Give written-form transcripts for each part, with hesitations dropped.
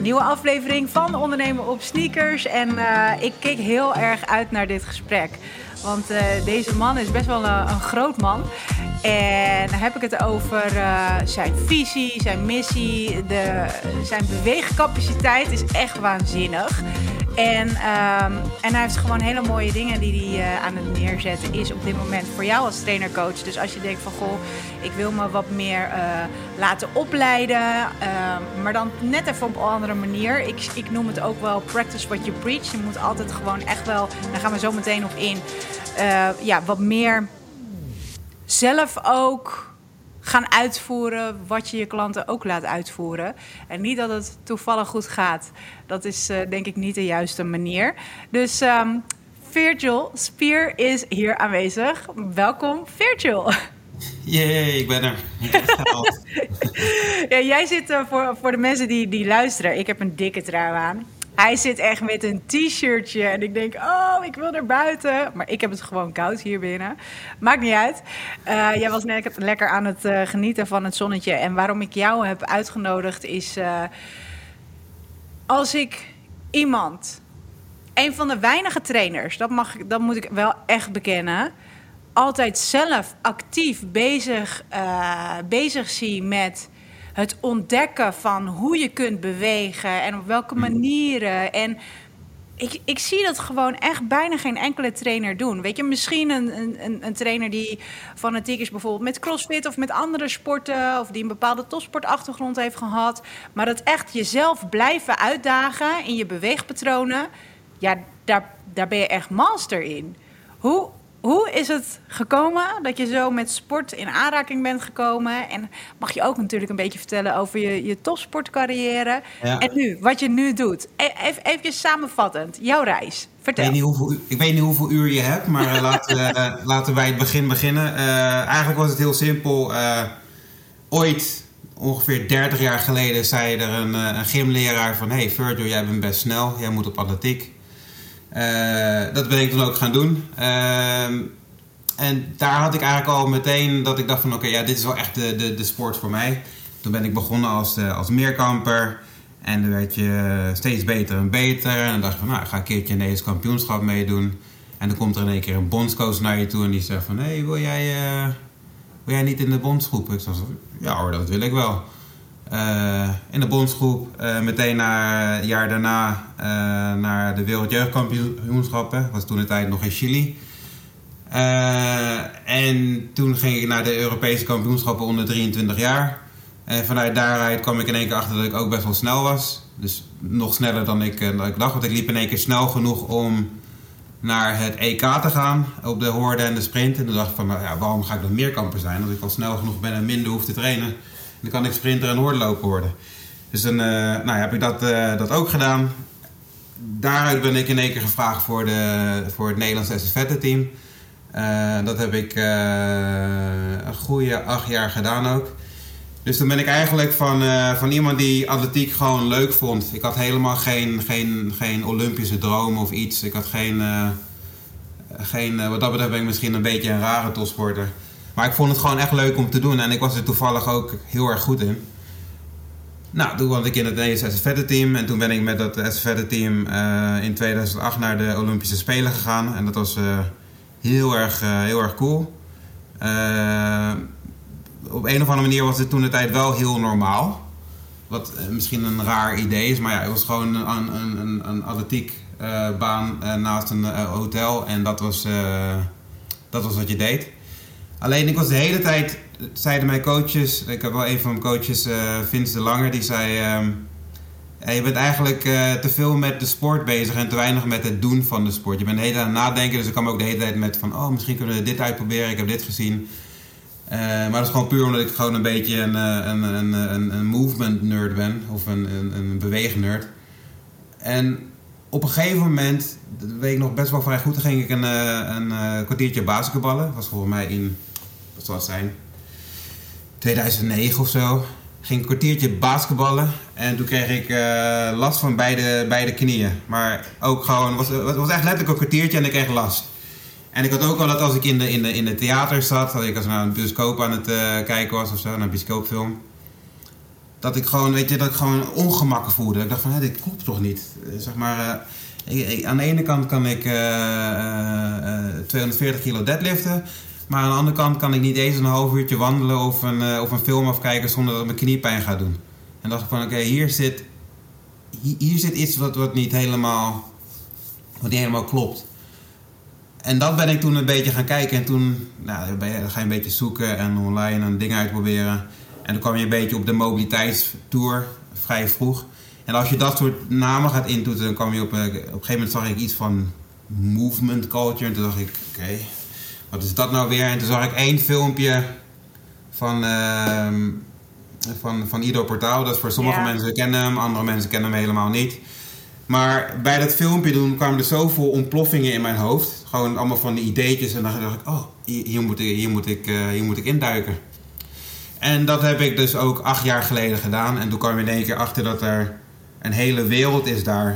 Een nieuwe aflevering van Ondernemen op Sneakers. En ik keek heel erg uit naar dit gesprek. Want deze man is best wel een groot man. En dan heb ik het over zijn visie, zijn missie. Zijn beweegcapaciteit is echt waanzinnig. En hij heeft gewoon hele mooie dingen die hij aan het neerzetten is op dit moment voor jou als trainer-coach. Dus als je denkt van goh, ik wil me wat meer laten opleiden, maar dan net even op een andere manier. Ik noem het ook wel practice what you preach. Je moet altijd gewoon echt wel, daar gaan we zo meteen op in, wat meer zelf ook gaan uitvoeren wat je klanten ook laat uitvoeren. En niet dat het toevallig goed gaat. Dat is denk ik niet de juiste manier. Dus Virgil Spier is hier aanwezig. Welkom, Virgil. Jee, ik ben er. Ik heb het gehaald. Ja, jij zit voor de mensen die luisteren. Ik heb een dikke trui aan. Hij zit echt met een t-shirtje en ik denk, oh, ik wil naar buiten. Maar ik heb het gewoon koud hier binnen. Maakt niet uit. Jij was net lekker aan het genieten van het zonnetje. En waarom ik jou heb uitgenodigd is, als ik iemand, een van de weinige trainers, dat moet ik wel echt bekennen, altijd zelf actief bezig zie met het ontdekken van hoe je kunt bewegen en op welke manieren. En ik zie dat gewoon echt bijna geen enkele trainer doen. Weet je, misschien een trainer die fanatiek is bijvoorbeeld met CrossFit of met andere sporten, of die een bepaalde topsportachtergrond heeft gehad. Maar dat echt jezelf blijven uitdagen in je beweegpatronen, ja, daar ben je echt master in. Hoe is het gekomen dat je zo met sport in aanraking bent gekomen? En mag je ook natuurlijk een beetje vertellen over je topsportcarrière. Ja. En nu, wat je nu doet. Even samenvattend, jouw reis. Vertel. Ik weet niet hoeveel uur je hebt, maar laten wij het begin beginnen. Eigenlijk was het heel simpel. Ooit, ongeveer 30 jaar geleden, zei er een gymleraar van: hey Virgil, jij bent best snel, jij moet op atletiek. Dat ben ik dan ook gaan doen. En daar had ik eigenlijk al meteen dat ik dacht van oké, dit is wel echt de sport voor mij. Toen ben ik begonnen als meerkamper. En dan werd je steeds beter en beter. En dan dacht ik van ik ga een keertje een Nederlands kampioenschap meedoen. En dan komt er in één keer een bondscoach naar je toe en die zegt van hey, wil jij niet in de bondsgroep? Ik zei ja hoor, dat wil ik wel. In de bondsgroep, meteen een jaar daarna naar de Wereldjeugdkampioenschappen. Dat was toen de tijd nog in Chili. En toen ging ik naar de Europese kampioenschappen onder 23 jaar. En vanuit daaruit kwam ik in één keer achter dat ik ook best wel snel was. Dus nog sneller dan ik dacht. Want ik liep in één keer snel genoeg om naar het EK te gaan op de horde en de sprint. En toen dacht ik van waarom ga ik dan meerkamper zijn? Als ik al snel genoeg ben en minder hoef te trainen. Dan kan ik sprinter en hordenloper worden. Dus dan heb ik dat ook gedaan. Daaruit ben ik in één keer gevraagd voor het Nederlandse estafette-team. Dat heb ik een goede 8 jaar gedaan ook. Dus toen ben ik eigenlijk van iemand die atletiek gewoon leuk vond. Ik had helemaal geen Olympische droom of iets. Ik had geen wat dat betreft ben ik misschien een beetje een rare topsporter. Maar ik vond het gewoon echt leuk om te doen. En ik was er toevallig ook heel erg goed in. Nou, toen was ik in het Nederlands estafette-team. En toen ben ik met dat estafette-team in 2008 naar de Olympische Spelen gegaan. En dat was heel erg cool. Op een of andere manier was het toen de tijd wel heel normaal. Wat misschien een raar idee is. Maar ja, het was gewoon een atletiekbaan naast een hotel. En dat was wat je deed. Alleen ik was de hele tijd, zeiden mijn coaches, ik heb wel een van mijn coaches, Vince de Langer, die zei, je bent eigenlijk te veel met de sport bezig en te weinig met het doen van de sport. Je bent de hele tijd aan het nadenken, dus ik kwam ook de hele tijd met van, misschien kunnen we dit uitproberen, ik heb dit gezien. Maar dat is gewoon puur omdat ik gewoon een beetje een movement nerd ben, of een beweegnerd. En op een gegeven moment, dat weet ik nog best wel vrij goed, dan ging ik een kwartiertje basketballen. Dat was volgens mij in, wat zal het zijn, 2009 of zo. Ging een kwartiertje basketballen en toen kreeg ik last van beide knieën. Maar ook gewoon, het was echt letterlijk een kwartiertje en ik kreeg last. En ik had ook wel dat als ik in de theater zat, dat ik als naar een bioscoop aan het kijken was of zo, naar een bioscoopfilm. dat ik gewoon ongemakken voelde. Ik dacht van, dit klopt toch niet? Zeg maar, aan de ene kant kan ik 240 kilo deadliften. Maar aan de andere kant kan ik niet eens een half uurtje wandelen of een film afkijken zonder dat mijn knie pijn gaat doen. En dacht ik van, oké, hier zit iets wat niet helemaal klopt. En dat ben ik toen een beetje gaan kijken. En toen dan ga je een beetje zoeken en online en dingen uitproberen. En dan kwam je een beetje op de mobiliteitstour, vrij vroeg. En als je dat soort namen gaat intoetsen, dan kwam je op een gegeven moment zag ik iets van movement culture. En toen dacht ik, oké, wat is dat nou weer? En toen zag ik 1 filmpje van Ido Portal. Dat is voor sommige mensen kennen hem, andere mensen kennen hem helemaal niet. Maar bij dat filmpje doen kwamen er zoveel ontploffingen in mijn hoofd. Gewoon allemaal van die ideetjes. En dan dacht ik, hier moet ik induiken. En dat heb ik dus ook 8 jaar geleden gedaan. En toen kwam je in één keer achter dat er een hele wereld is daar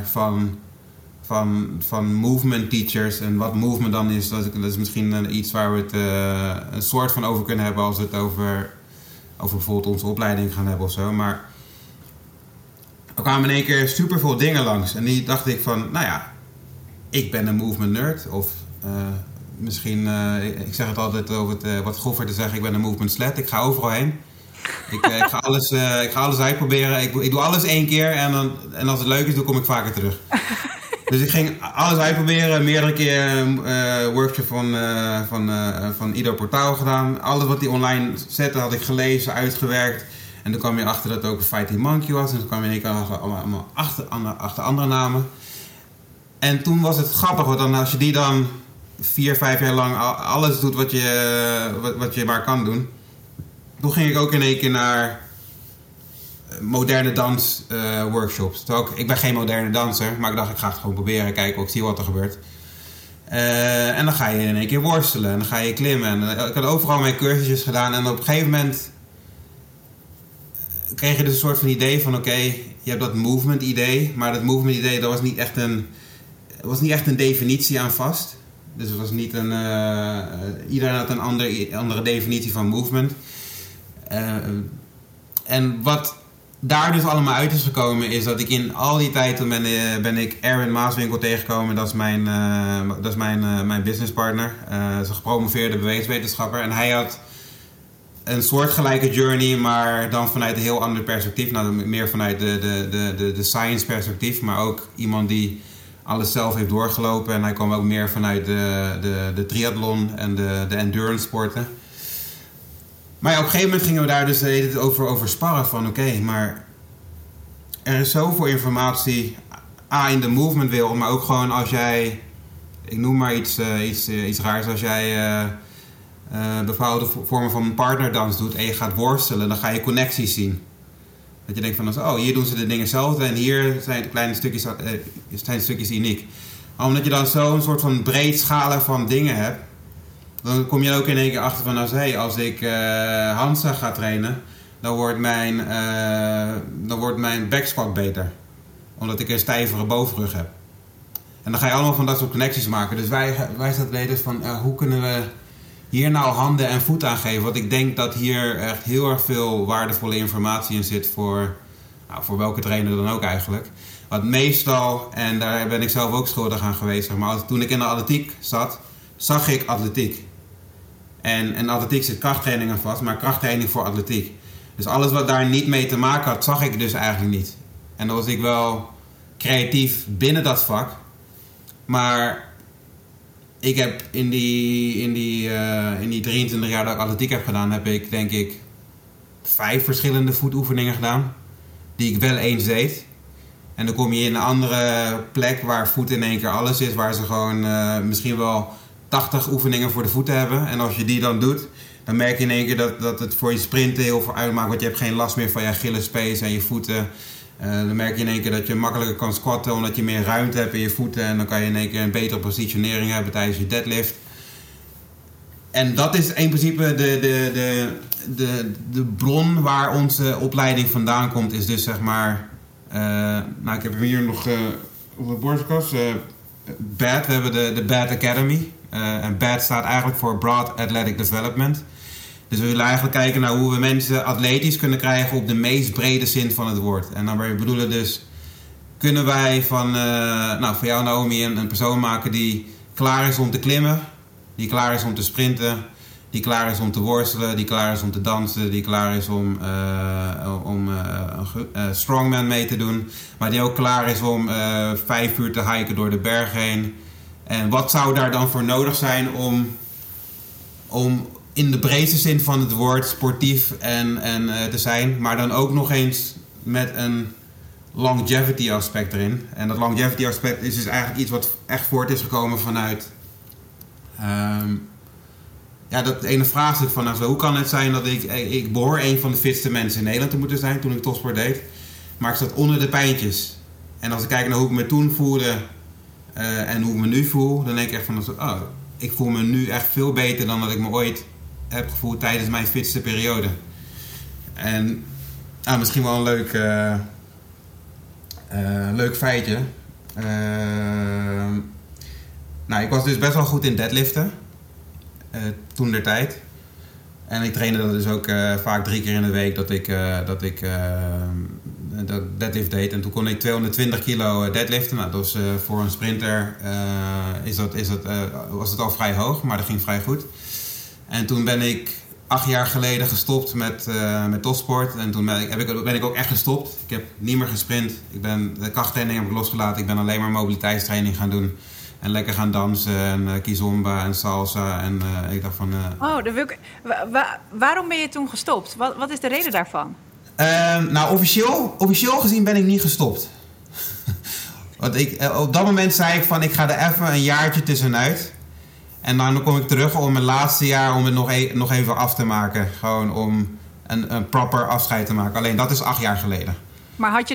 van movement teachers. En wat movement dan is, dat is misschien iets waar we het een soort van over kunnen hebben als we het over bijvoorbeeld onze opleiding gaan hebben of zo. Maar er kwamen in één keer superveel dingen langs. En die dacht ik van, ik ben een movement nerd. Of misschien, ik zeg het altijd over het wat groffer te zeggen, ik ben een movement slet. Ik ga overal heen. Ik ga alles uitproberen. Ik doe alles 1 keer en als het leuk is, dan kom ik vaker terug. Dus ik ging alles uitproberen. Meerdere keer een workshop van Ido Portal gedaan. Alles wat hij online zette had ik gelezen, uitgewerkt. En toen kwam je achter dat het ook een Fighting Monkey was. En toen kwam je in één keer allemaal achter andere namen. En toen was het grappig, want dan, als je die dan 4-5 jaar lang alles doet wat je maar kan doen. Toen ging ik ook in één keer naar moderne dans workshops. Ik ben geen moderne danser, maar ik dacht ik ga het gewoon proberen, kijken of ik zie wat er gebeurt. En dan ga je in één keer worstelen en dan ga je klimmen. En ik had overal mijn cursusjes gedaan en op een gegeven moment kreeg je dus een soort van idee van oké, je hebt dat movement idee, maar dat movement idee dat was niet echt een definitie aan vast. Dus het was niet iedereen had een andere definitie van movement. En wat daar dus allemaal uit is gekomen is dat ik in al die tijd ben ik Erwin Maaswinkel tegengekomen. Dat is mijn businesspartner. Is een gepromoveerde bewegingswetenschapper. En hij had een soortgelijke journey, maar dan vanuit een heel ander perspectief. Meer vanuit de science perspectief, maar ook iemand die alles zelf heeft doorgelopen. En hij kwam ook meer vanuit de triathlon en de endurance sporten. Maar op een gegeven moment gingen we daar dus over sparren van oké, maar er is zoveel informatie in de movement wereld, maar ook gewoon als jij, ik noem maar iets raars, als jij bepaalde vormen van partnerdans doet en je gaat worstelen, dan ga je connecties zien. Dat je denkt van, hier doen ze de dingen hetzelfde en hier zijn de kleine stukjes uniek. Maar omdat je dan zo'n soort van breed scala van dingen hebt, dan kom je ook in één keer achter van als ik handstand ga trainen, dan wordt mijn backsquat beter. Omdat ik een stijvere bovenrug heb. En dan ga je allemaal van dat soort connecties maken. Dus wij zaten weten van hoe kunnen we hier nou handen en voeten aan geven. Want ik denk dat hier echt heel erg veel waardevolle informatie in zit voor welke trainer dan ook eigenlijk. Want meestal, en daar ben ik zelf ook schuldig aan geweest, zeg maar, toen ik in de atletiek zat, zag ik atletiek. En atletiek zit krachttraining aan vast, maar krachttraining voor atletiek. Dus alles wat daar niet mee te maken had, zag ik dus eigenlijk niet. En dan was ik wel creatief binnen dat vak. Maar ik heb in die 23 jaar dat ik atletiek heb gedaan, heb ik denk ik 5 verschillende voetoefeningen gedaan. Die ik wel eens deed. En dan kom je in een andere plek waar voet in één keer alles is. Waar ze gewoon misschien wel 80 oefeningen voor de voeten hebben. En als je die dan doet, dan merk je in één keer dat het voor je sprinten heel veel uitmaakt. Want je hebt geen last meer van je Achillespees en je voeten. Dan merk je in één keer dat je makkelijker kan squatten omdat je meer ruimte hebt in je voeten. En dan kan je in één keer een betere positionering hebben tijdens je deadlift. En dat is in principe de bron waar onze opleiding vandaan komt. Is dus zeg maar... ik heb hier nog op de borstkast... BAD, we hebben de BAD Academy. En BAD staat eigenlijk voor Broad Athletic Development. Dus we willen eigenlijk kijken naar hoe we mensen atletisch kunnen krijgen op de meest brede zin van het woord. En dan bedoelen dus, kunnen wij van jou Naomi een persoon maken die klaar is om te klimmen, die klaar is om te sprinten, die klaar is om te worstelen, die klaar is om te dansen, die klaar is om strongman mee te doen, maar die ook klaar is om 5 uur te hiken door de berg heen. En wat zou daar dan voor nodig zijn om in de breedste zin van het woord sportief en te zijn, maar dan ook nog eens met een longevity aspect erin. En dat longevity aspect is dus eigenlijk iets wat echt voort is gekomen vanuit dat ene vraagstuk van hoe kan het zijn dat ik behoor een van de fitste mensen in Nederland te moeten zijn toen ik topsport deed, maar ik zat onder de pijntjes. En als ik kijk naar hoe ik me toen voelde en hoe ik me nu voel, dan denk ik echt van ik voel me nu echt veel beter dan dat ik me ooit heb gevoeld tijdens mijn fitste periode. En misschien wel een leuk feitje. Ik was dus best wel goed in deadliften. Toen der tijd. En ik trainde dat dus ook vaak 3 keer in de week dat ik deadlift deed. En toen kon ik 220 kilo deadliften. Nou, dat was voor een sprinter was het al vrij hoog, maar dat ging vrij goed. En toen ben ik 8 jaar geleden gestopt met topsport. En toen ben ik ook echt gestopt. Ik heb niet meer gesprint. De krachttraining heb ik losgelaten. Ik ben alleen maar mobiliteitstraining gaan doen. En lekker gaan dansen en kizomba en salsa. En ik dacht van... waarom ben je toen gestopt? Wat is de reden daarvan? Officieel gezien ben ik niet gestopt. Want op dat moment zei ik van, ik ga er even een jaartje tussenuit. En dan kom ik terug om mijn laatste jaar om het nog even af te maken. Gewoon om een proper afscheid te maken. Alleen dat is 8 jaar geleden. Maar had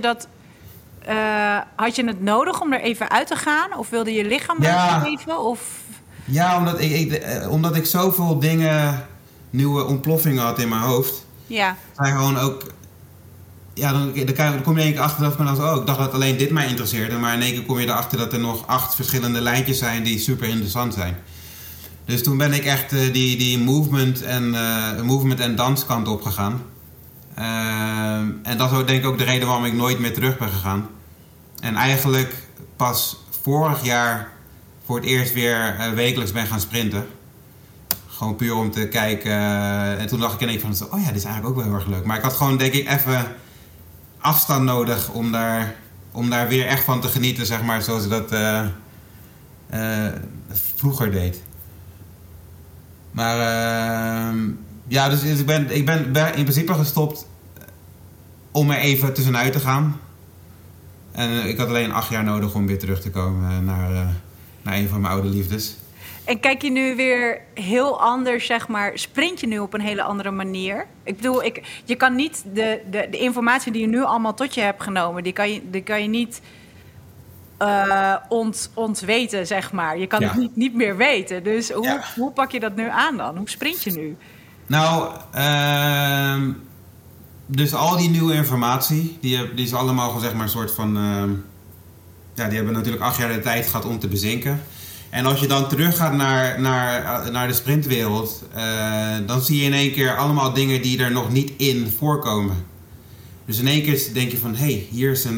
je het nodig om er even uit te gaan? Of wilde je lichaam even? Of... Ja, omdat ik zoveel nieuwe ontploffingen had in mijn hoofd. Ja. Zijn gewoon ook... Ja, dan kom je in één keer achter dat ik dacht dat alleen dit mij interesseerde. Maar in één keer kom je erachter dat er nog 8 verschillende lijntjes zijn die super interessant zijn. Dus toen ben ik echt die movement en danskant opgegaan. En dat is ook, denk ik ook de reden waarom ik nooit meer terug ben gegaan. En eigenlijk pas vorig jaar voor het eerst weer wekelijks ben gaan sprinten. Gewoon puur om te kijken. En toen dacht ik ineens van, dit is eigenlijk ook wel heel erg leuk. Maar ik had gewoon, denk ik, even afstand nodig om daar weer echt van te genieten, zeg maar, zoals ik dat vroeger deed. Maar dus ik ben in principe gestopt om er even tussenuit te gaan. En ik had alleen 8 jaar nodig om weer terug te komen naar een van mijn oude liefdes. En kijk je nu weer heel anders, zeg maar, sprint je nu op een hele andere manier? Ik bedoel, je kan niet de informatie die je nu allemaal tot je hebt genomen, die kan je niet ontweten, zeg maar. Je kan het niet meer weten. Dus hoe pak je dat nu aan dan? Hoe sprint je nu? Nou, dus al die nieuwe informatie, die is allemaal gewoon, zeg maar, een soort van... die hebben natuurlijk 8 jaar de tijd gehad om te bezinken. En als je dan teruggaat naar de sprintwereld, dan zie je in één keer allemaal dingen die er nog niet in voorkomen. Dus in één keer denk je van, hier is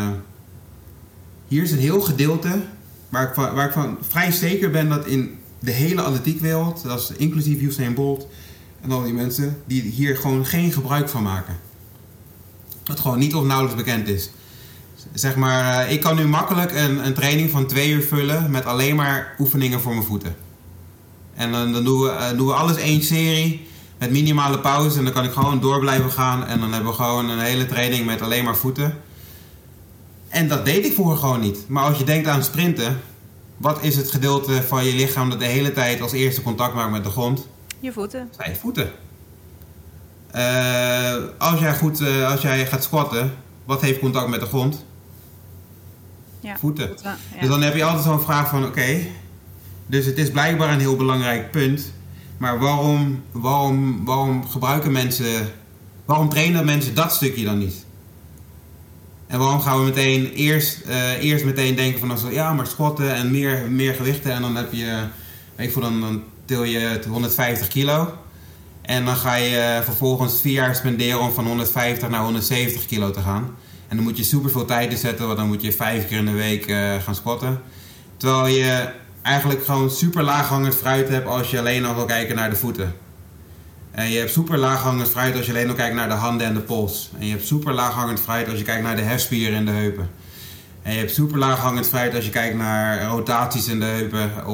een heel gedeelte waar ik van vrij zeker ben dat in de hele atletiekwereld, dat is inclusief Usain Bolt en al die mensen, die hier gewoon geen gebruik van maken. Dat gewoon niet of nauwelijks bekend is. Zeg maar, ik kan nu makkelijk een training van 2 uur vullen met alleen maar oefeningen voor mijn voeten. En dan doen we alles 1 serie met minimale pauze en dan kan ik gewoon door blijven gaan en dan hebben we gewoon een hele training met alleen maar voeten. En dat deed ik vroeger gewoon niet. Maar als je denkt aan sprinten, wat is het gedeelte van je lichaam dat de hele tijd als eerste contact maakt met de grond? Je voeten. Zijn je voeten. Als jij gaat squatten, wat heeft contact met de grond? Ja, voeten. Ja. Dus dan heb je altijd zo'n vraag van, oké, dus het is blijkbaar een heel belangrijk punt. Maar waarom trainen mensen dat stukje dan niet? En waarom gaan we meteen eerst meteen denken van, maar squatten en meer gewichten en dan heb je, dan til je 150 kilo. En dan ga je vervolgens 4 jaar spenderen om van 150 naar 170 kilo te gaan. En dan moet je super veel tijd inzetten, want dan moet je 5 keer in de week gaan squatten. Terwijl je eigenlijk gewoon super laaghangend fruit hebt als je alleen al wil kijken naar de voeten. En je hebt super laaghangend fruit als je alleen al kijkt naar de handen en de pols. En je hebt super laaghangend fruit als je kijkt naar de hefspieren in de heupen. En je hebt super laaghangend fruit als je kijkt naar rotaties in de heupen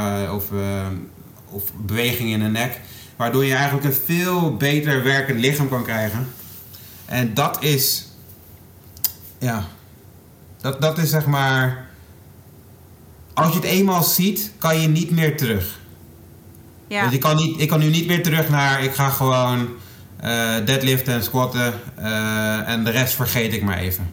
of bewegingen in de nek. Waardoor je eigenlijk een veel beter werkend lichaam kan krijgen. En dat is... Ja... Dat is zeg maar... Als je het eenmaal ziet, kan je niet meer terug. Ja. Dus ik kan nu niet meer terug naar... Ik ga gewoon deadliften en squatten. En de rest vergeet ik maar even.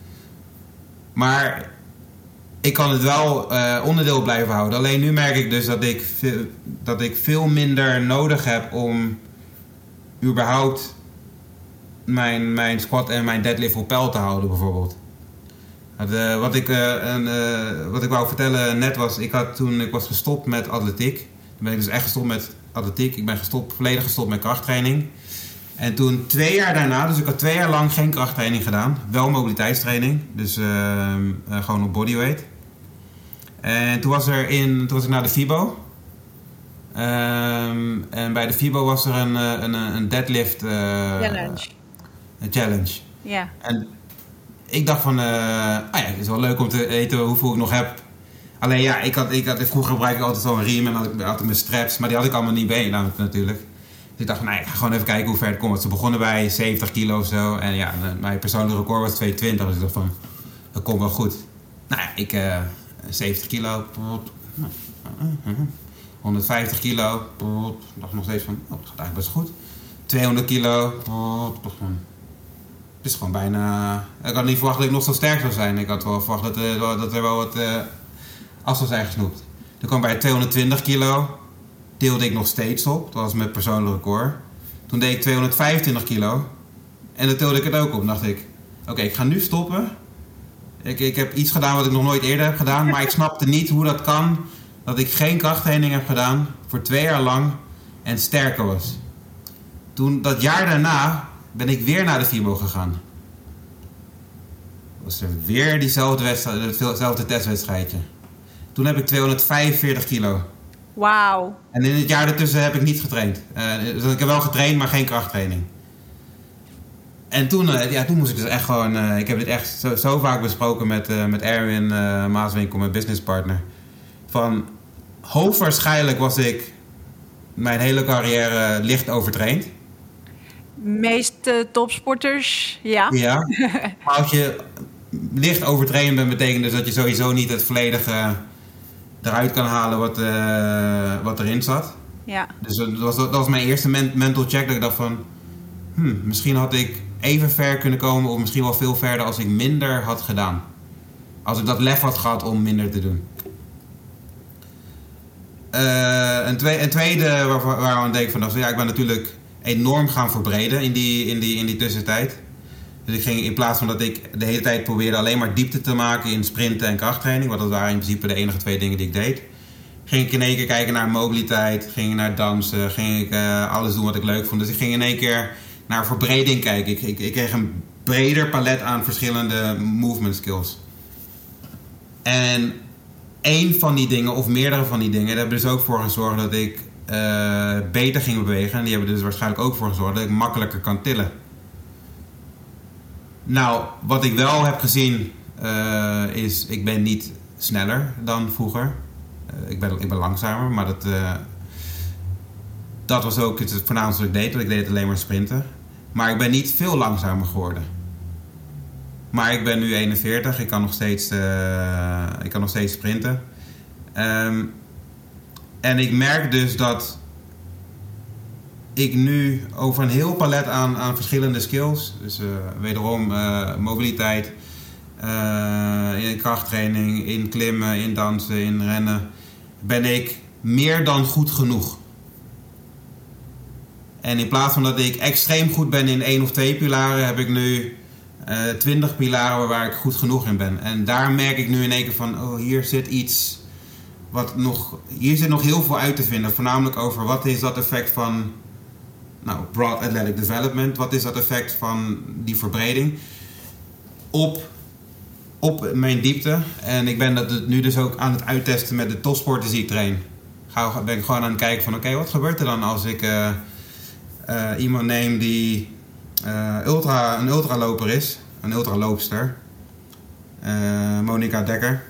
Maar ik kan het wel onderdeel blijven houden. Alleen nu merk ik dus dat ik veel minder nodig heb om überhaupt mijn squat en mijn deadlift op peil te houden bijvoorbeeld. Wat ik wou vertellen net was, toen ik was gestopt met atletiek. Toen ben ik dus echt gestopt met atletiek. Ik ben volledig gestopt met krachttraining. En toen 2 jaar daarna, dus ik had 2 jaar lang geen krachttraining gedaan. Wel mobiliteitstraining, dus gewoon op bodyweight. En toen was ik naar de FIBO. En bij de FIBO was er een deadlift challenge. Ja. En ik dacht van, het is wel leuk om te weten hoeveel ik nog heb. Alleen ja, vroeger gebruikte ik altijd zo'n riem en had ik mijn straps, maar die had ik allemaal niet bij natuurlijk. Dus ik dacht van, ik ga gewoon even kijken hoe ver het komt. Want ze begonnen bij 70 kilo of zo. En ja, mijn persoonlijke record was 220. Dus ik dacht van, dat komt wel goed. Nou ja, 70 kilo. 150 kilo. Ik dacht nog steeds van, dat gaat eigenlijk best goed. 200 kilo. Het is gewoon bijna... Ik had niet verwacht dat ik nog zo sterk zou zijn. Ik had wel verwacht dat er wel wat af zou zijn gesnoept. Toen kwam bij 220 kilo. Deelde ik nog steeds op. Dat was mijn persoonlijke record. Toen deed ik 225 kilo. En dan tilde ik het ook op. Dan dacht ik, oké, ik ga nu stoppen. Ik heb iets gedaan wat ik nog nooit eerder heb gedaan. Maar ik snapte niet hoe dat kan. Dat ik geen krachttraining heb gedaan. Voor 2 jaar lang. En sterker was. Toen, dat jaar daarna, ben ik weer naar de FIBO gegaan. Was er weer hetzelfde testwedstrijdje. Toen heb ik 245 kilo. Wauw. En in het jaar ertussen heb ik niet getraind. Dus ik heb wel getraind, maar geen krachttraining. En toen moest ik dus echt gewoon... ik heb dit echt zo vaak besproken met Erwin Maaswinkel, mijn businesspartner. Van, hoogstwaarschijnlijk was ik mijn hele carrière licht overtraind. Meeste topsporters, ja. Ja, maar als je licht overtraind bent, betekent dus dat je sowieso niet het volledige eruit kan halen wat erin zat. Ja. Dus dat was mijn eerste mental check. Dat ik dacht van, misschien had ik even ver kunnen komen of misschien wel veel verder als ik minder had gedaan. Als ik dat lef had gehad om minder te doen. Een tweede waarvan ik denk van, ik ben natuurlijk enorm gaan verbreden in die tussentijd. Dus ik ging, in plaats van dat ik de hele tijd probeerde alleen maar diepte te maken in sprinten en krachttraining, want dat waren in principe de enige 2 dingen die ik deed, ging ik in één keer kijken naar mobiliteit, ging ik naar dansen, ging ik alles doen wat ik leuk vond. Dus ik ging in één keer naar verbreding kijken. Ik kreeg een breder palet aan verschillende movement skills. En één van die dingen, of meerdere van die dingen, hebben dus ook voor gezorgd dat ik beter ging bewegen. En die hebben er dus waarschijnlijk ook voor gezorgd dat ik makkelijker kan tillen. Nou, wat ik wel heb gezien is, ik ben niet sneller dan vroeger. Ik ben langzamer, maar dat was ook het voornaamste wat ik deed. Want ik deed alleen maar sprinten. Maar ik ben niet veel langzamer geworden. Maar ik ben nu 41, ik kan nog steeds sprinten. En ik merk dus dat ik nu over een heel palet aan verschillende skills, dus wederom mobiliteit, in krachttraining, in klimmen, in dansen, in rennen, ben ik meer dan goed genoeg. En in plaats van dat ik extreem goed ben in 1 of 2 pilaren, heb ik nu 20 pilaren waar ik goed genoeg in ben. En daar merk ik nu in één keer van, hier zit iets hier zit nog heel veel uit te vinden. Voornamelijk over wat is dat effect van Nou, Broad Athletic Development, wat is dat effect van die verbreding op mijn diepte? En ik ben dat nu dus ook aan het uittesten met de topsporters die ik train. Ben ik gewoon aan het kijken van oké, wat gebeurt er dan als ik iemand neem die een ultraloper is, een ultraloopster, Monica Dekker.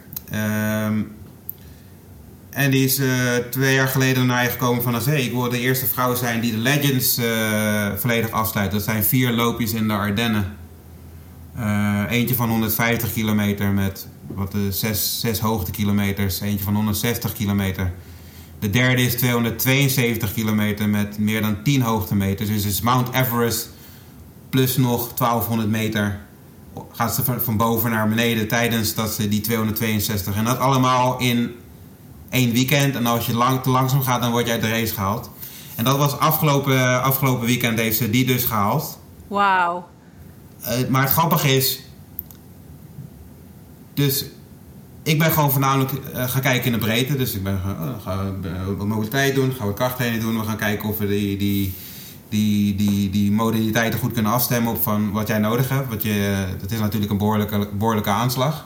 En die is 2 jaar geleden naar je gekomen van ik wil de eerste vrouw zijn die de Legends volledig afsluit. Dat zijn 4 loopjes in de Ardennen. Eentje van 150 kilometer met 6 hoogtekilometers. Eentje van 160 kilometer. De derde is 272 kilometer met meer dan 10 hoogtemeters. Dus het is Mount Everest plus nog 1200 meter. Gaat ze van boven naar beneden tijdens dat ze die 262. En dat allemaal in 1 weekend. En als je te langzaam gaat, dan word je uit de race gehaald. En dat was afgelopen weekend heeft ze die dus gehaald. Wauw. Maar het grappige is... Dus ik ben gewoon voornamelijk gaan kijken in de breedte. Dus ik ben gaan we mobiliteit doen, gaan we krachttraining doen. We gaan kijken of we die modaliteiten goed kunnen afstemmen op van wat jij nodig hebt. Dat is natuurlijk een behoorlijke aanslag.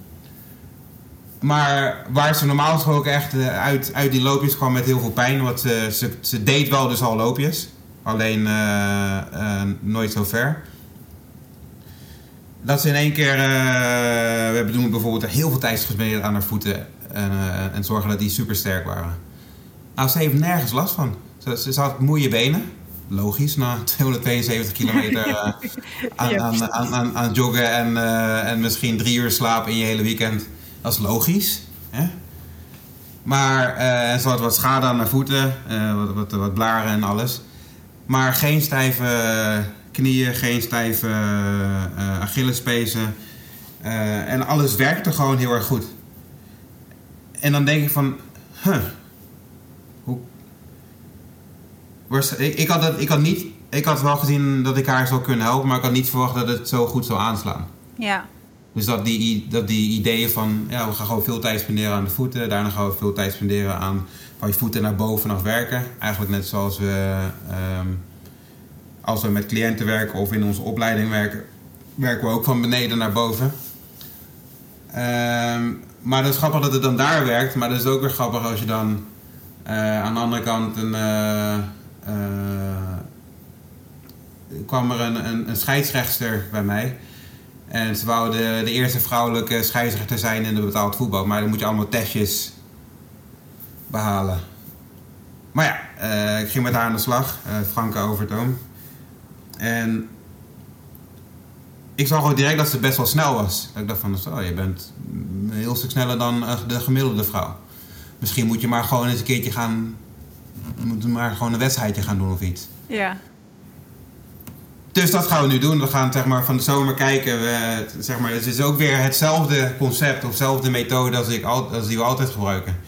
Maar waar ze normaal gesproken echt uit die loopjes kwam met heel veel pijn. Want ze deed wel dus al loopjes. Alleen nooit zo ver. Dat ze in één keer... we hebben toen bijvoorbeeld heel veel tijd gespendeerd aan haar voeten. En zorgen dat die super sterk waren. Nou, ze heeft nergens last van. Ze had moeie benen. Logisch, na 272 kilometer aan joggen en misschien 3 uur slaap in je hele weekend. Dat is logisch. Hè? Maar ze had wat schade aan haar voeten, wat blaren en alles. Maar geen stijve knieën, geen stijve Achillespezen. En alles werkte gewoon heel erg goed. En dan denk ik van... Ik had wel gezien dat ik haar zou kunnen helpen, maar ik had niet verwacht dat het zo goed zou aanslaan. Ja. Dus dat die ideeën van, we gaan gewoon veel tijd spenderen aan de voeten. Daarna gaan we veel tijd spenderen aan van je voeten naar boven af werken. Eigenlijk net zoals als we met cliënten werken of in onze opleiding werken we ook van beneden naar boven. Maar dat is grappig dat het dan daar werkt. Maar dat is ook weer grappig als je dan aan de andere kant kwam er een scheidsrechter bij mij. En ze wou de eerste vrouwelijke scheidsrechter zijn in de betaald voetbal. Maar dan moet je allemaal testjes behalen. Maar ja, ik ging met haar aan de slag. Franke Overtoom. En ik zag ook direct dat ze best wel snel was. Ik dacht van, je bent een heel stuk sneller dan de gemiddelde vrouw. Misschien moet je maar gewoon eens een keertje gewoon een wedstrijdje gaan doen of iets. Ja. Dus dat gaan we nu doen. We gaan van de zomer kijken. Het is ook weer hetzelfde concept of dezelfde methode als die we altijd gebruiken.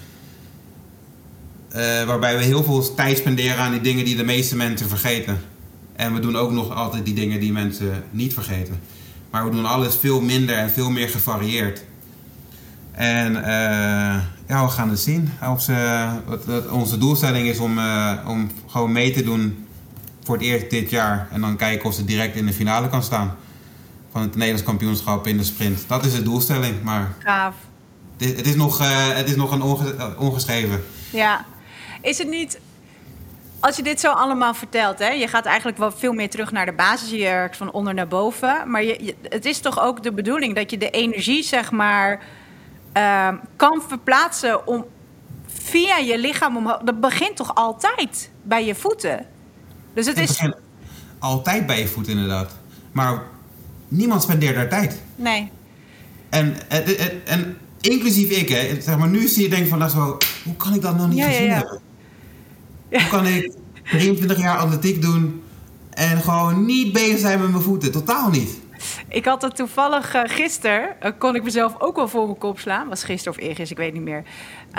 Waarbij we heel veel tijd spenderen aan die dingen die de meeste mensen vergeten. En we doen ook nog altijd die dingen die mensen niet vergeten. Maar we doen alles veel minder en veel meer gevarieerd. En we gaan het zien. Onze doelstelling is om gewoon mee te doen voor het eerst dit jaar. En dan kijken of ze direct in de finale kan staan. Van het Nederlands kampioenschap in de sprint. Dat is de doelstelling. Maar gaaf. Het is nog een ongeschreven. Ja. Is het niet... Als je dit zo allemaal vertelt, hè, je gaat eigenlijk wel veel meer terug naar de basis. Je werkt van onder naar boven. Maar het is toch ook de bedoeling dat je de energie, zeg maar, kan verplaatsen om via je lichaam omhoog. Dat begint toch altijd bij je voeten? Dus het begint altijd bij je voeten, inderdaad. Maar niemand spendeert daar tijd. Nee. En inclusief ik, hè. Zeg maar, nu zie je denken van, hoe kan ik dat nog niet gezien hebben? Ja. Hoe kan ik 23 jaar atletiek doen en gewoon niet bezig zijn met mijn voeten? Totaal niet. Ik had het toevallig gisteren, kon ik mezelf ook wel voor mijn kop slaan. Was gisteren of eergisteren, ik weet niet meer.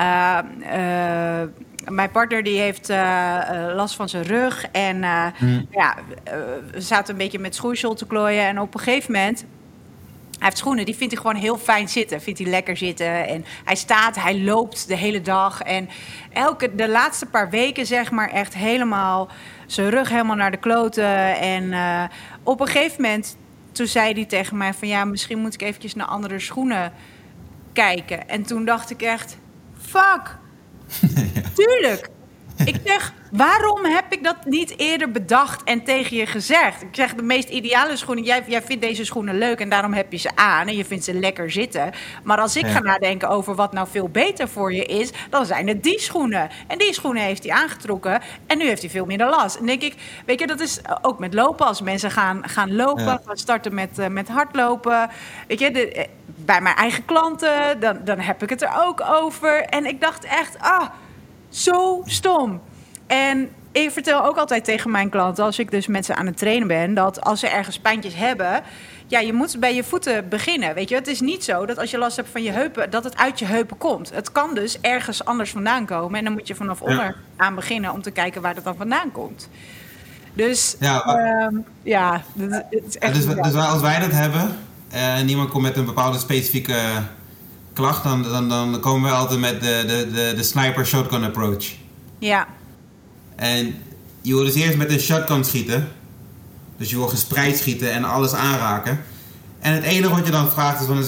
Mijn partner die heeft last van zijn rug. En we zaten een beetje met schoeisel te klooien. En op een gegeven moment Hij heeft schoenen, die vindt hij gewoon heel fijn zitten. Vindt hij lekker zitten. En hij loopt de hele dag. En de laatste paar weken, zeg maar, echt helemaal... zijn rug helemaal naar de kloten. En op een gegeven moment, toen zei hij tegen mij van... ja, misschien moet ik eventjes naar andere schoenen kijken. En toen dacht ik echt, fuck, ja. Tuurlijk. Ik zeg, waarom heb ik dat niet eerder bedacht en tegen je gezegd? Ik zeg, de meest ideale schoenen... Jij vindt deze schoenen leuk en daarom heb je ze aan... en je vindt ze lekker zitten. Maar als ik ga nadenken over wat nou veel beter voor je is... dan zijn het die schoenen. En die schoenen heeft hij aangetrokken... en nu heeft hij veel minder last. En denk ik, weet je, dat is ook met lopen. Als mensen gaan lopen, gaan starten met hardlopen... Weet je, bij mijn eigen klanten, dan heb ik het er ook over. En ik dacht echt, zo stom. En ik vertel ook altijd tegen mijn klanten... als ik dus met ze aan het trainen ben... dat als ze ergens pijntjes hebben... ja, je moet bij je voeten beginnen. Weet je, het is niet zo dat als je last hebt van je heupen... dat het uit je heupen komt. Het kan dus ergens anders vandaan komen... en dan moet je vanaf onder aan beginnen... om te kijken waar dat dan vandaan komt. Dus het is echt... Dus als wij dat hebben... en iemand komt met een bepaalde specifieke... klacht, dan komen we altijd met de sniper shotgun approach. Ja. En je wil dus eerst met een shotgun schieten. Dus je wil gespreid schieten en alles aanraken. En het enige wat je dan vraagt is van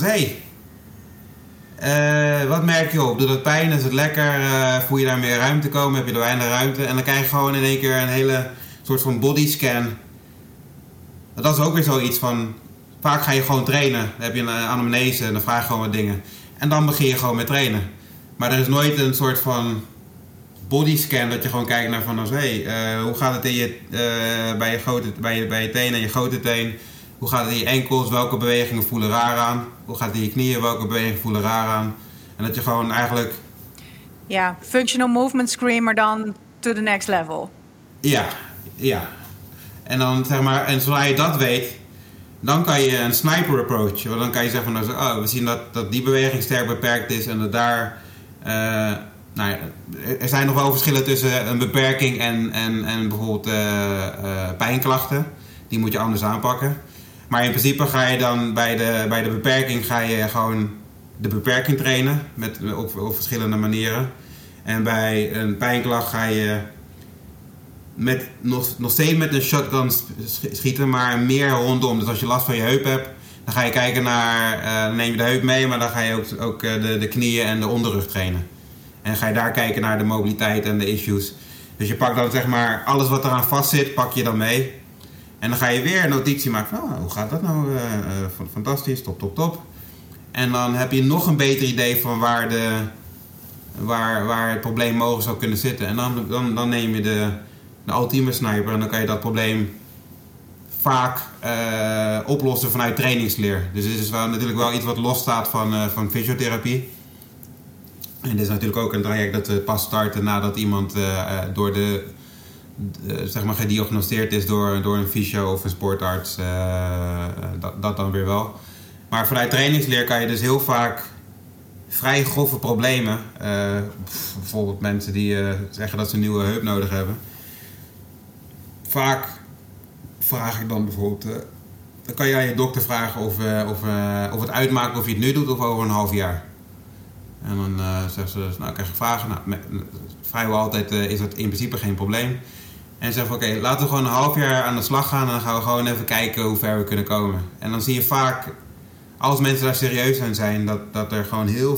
wat merk je op? Doet dat pijn? Is het lekker? Voel je daar meer ruimte komen? Heb je er weinig ruimte? En dan krijg je gewoon in één keer een hele soort van bodyscan. Dat is ook weer zoiets van... Vaak ga je gewoon trainen. Dan heb je een anamnese en dan vraag je gewoon wat dingen. En dan begin je gewoon met trainen. Maar er is nooit een soort van bodyscan dat je gewoon kijkt naar van... hoe gaat het bij je teen en je grote teen? Hoe gaat het in je enkels? Welke bewegingen voelen raar aan? Hoe gaat het in je knieën? Welke bewegingen voelen raar aan? En dat je gewoon eigenlijk... Ja, functional movement screamer dan to the next level. Ja. En dan zeg maar... En zodra je dat weet... Dan kan je een sniper approach. Want dan kan je zeggen van, we zien dat die beweging sterk beperkt is en dat daar... er zijn nog wel verschillen tussen een beperking en bijvoorbeeld pijnklachten. Die moet je anders aanpakken. Maar in principe ga je dan bij de beperking ga je gewoon de beperking trainen op verschillende manieren. En bij een pijnklacht ga je nog steeds met een shotgun schieten, maar meer rondom. Dus als je last van je heup hebt, dan ga je kijken naar... dan neem je de heup mee, maar dan ga je ook de knieën en de onderrug trainen. En dan ga je daar kijken naar de mobiliteit en de issues. Dus je pakt dan zeg maar alles wat eraan vast zit, pak je dan mee. En dan ga je weer een notitie maken van... hoe gaat dat nou? Fantastisch, top. En dan heb je nog een beter idee van waar het probleem mogelijk zou kunnen zitten. En dan neem je de ultieme sniper en dan kan je dat probleem vaak oplossen vanuit trainingsleer. Dus dit is natuurlijk wel iets wat losstaat van fysiotherapie. En dit is natuurlijk ook een traject dat we pas starten nadat iemand zeg maar gediagnosticeerd is door een fysio of een sportarts. Dat dan weer wel. Maar vanuit trainingsleer kan je dus heel vaak vrij grove problemen. Bijvoorbeeld mensen die zeggen dat ze een nieuwe heup nodig hebben. Vaak vraag ik dan bijvoorbeeld... dan kan je aan je dokter vragen of het uitmaakt of je het nu doet of over een half jaar. En dan zegt ze, krijg je vragen. Vrijwel altijd is dat in principe geen probleem. En zeggen we, laten we gewoon een half jaar aan de slag gaan. En dan gaan we gewoon even kijken hoe ver we kunnen komen. En dan zie je vaak, als mensen daar serieus aan zijn, dat er gewoon heel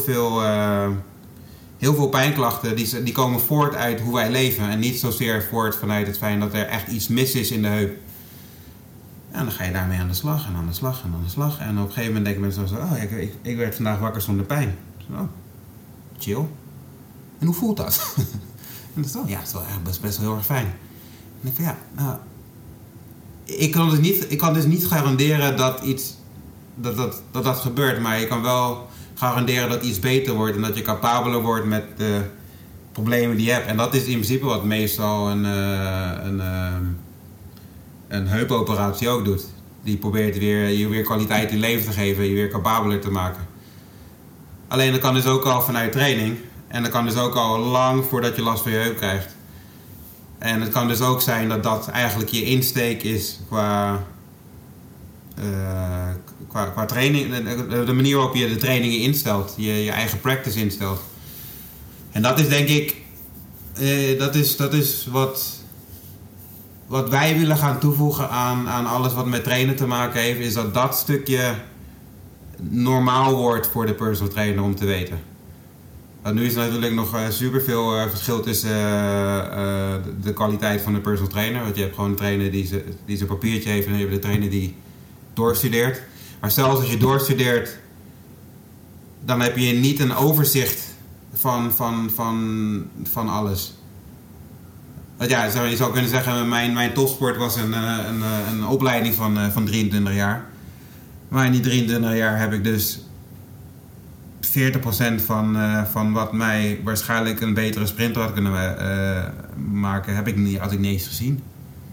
veel pijnklachten, die komen voort uit hoe wij leven. En niet zozeer voort vanuit het feit dat er echt iets mis is in de heup. En dan ga je daarmee aan de slag en aan de slag en aan de slag. En op een gegeven moment denken mensen zo, ik werd vandaag wakker zonder pijn. Zo, chill. En hoe voelt dat? En dat is het is wel echt best wel heel erg fijn. En ik van ik kan dus niet garanderen dat gebeurt, maar je kan wel garanderen dat iets beter wordt en dat je capabeler wordt met de problemen die je hebt. En dat is in principe wat meestal een heupoperatie ook doet. Die probeert je weer kwaliteit in leven te geven, je weer capabeler te maken. Alleen dat kan dus ook al vanuit training. En dat kan dus ook al lang voordat je last van je heup krijgt. En het kan dus ook zijn dat eigenlijk je insteek is qua qua training, de manier waarop je de trainingen instelt, je eigen practice instelt. En dat is denk ik, dat is wat wij willen gaan toevoegen aan alles wat met trainen te maken heeft, is dat stukje normaal wordt voor de personal trainer om te weten. Want nu is er natuurlijk nog superveel verschil tussen de kwaliteit van de personal trainer. Want je hebt gewoon een trainer die zijn papiertje heeft en dan heb je de trainer die doorstudeert. Maar zelfs als je doorstudeert, dan heb je niet een overzicht van alles. Want ja, je zou kunnen zeggen, mijn topsport was een opleiding van 23 jaar. Maar in die 23 jaar heb ik dus 40% van wat mij waarschijnlijk een betere sprinter had kunnen maken, had ik niet eens gezien.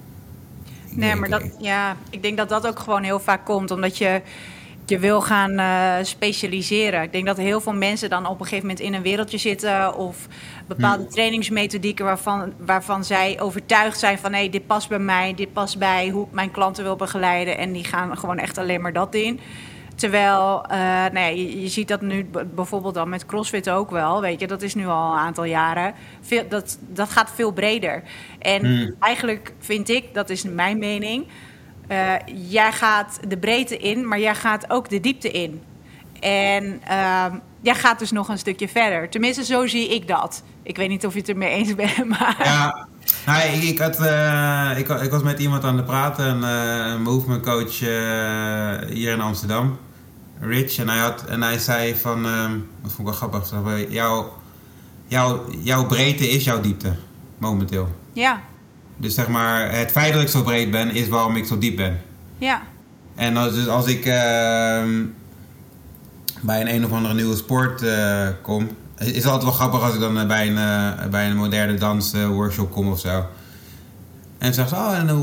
Ik denk dat dat ook gewoon heel vaak komt, omdat je wil gaan specialiseren. Ik denk dat heel veel mensen dan op een gegeven moment in een wereldje zitten of bepaalde trainingsmethodieken waarvan zij overtuigd zijn van hey, dit past bij mij, dit past bij hoe ik mijn klanten wil begeleiden en die gaan gewoon echt alleen maar dat in. Terwijl, je ziet dat nu bijvoorbeeld dan met CrossFit ook wel. Weet je, dat is nu al een aantal jaren. Dat gaat veel breder. En eigenlijk vind ik, dat is mijn mening, jij gaat de breedte in, maar jij gaat ook de diepte in. En jij gaat dus nog een stukje verder. Tenminste, zo zie ik dat. Ik weet niet of je het ermee eens bent, maar... Ja, ik was met iemand aan het praten, een movement coach hier in Amsterdam, Rich, en hij zei van, dat vond ik wel grappig, jouw breedte is jouw diepte, momenteel. Ja. Dus zeg maar, het feit dat ik zo breed ben, is waarom ik zo diep ben. Ja. En als ik bij een of andere nieuwe sport kom, is het altijd wel grappig als ik dan bij een moderne dansworkshop kom of zo. En zeg ze,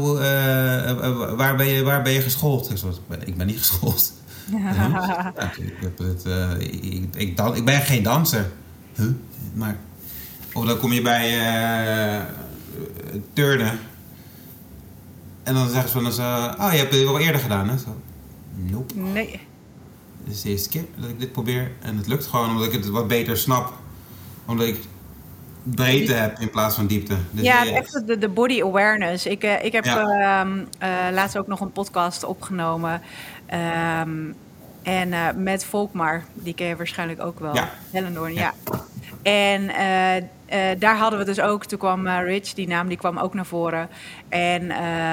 waar ben je geschoold? Ik ben niet geschoold. Ik ben geen danser. Huh? Maar, of dan kom je bij turnen. En dan zeggen ze van, je hebt het wel eerder gedaan, hè? Zo, nope. Nee. Dit is de eerste keer dat ik dit probeer. En het lukt gewoon omdat ik het wat beter snap. Omdat ik breedte heb in plaats van diepte. Dus echt de body awareness. Ik heb laatst ook nog een podcast opgenomen. Met Volkmar. Die ken je waarschijnlijk ook wel. Ja. Hellendoorn, ja. En daar hadden we dus ook. Toen kwam Rich, die naam, die kwam ook naar voren. En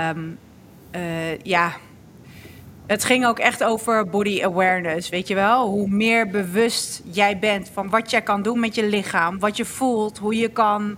het ging ook echt over body awareness, weet je wel? Hoe meer bewust jij bent van wat jij kan doen met je lichaam, wat je voelt, hoe je kan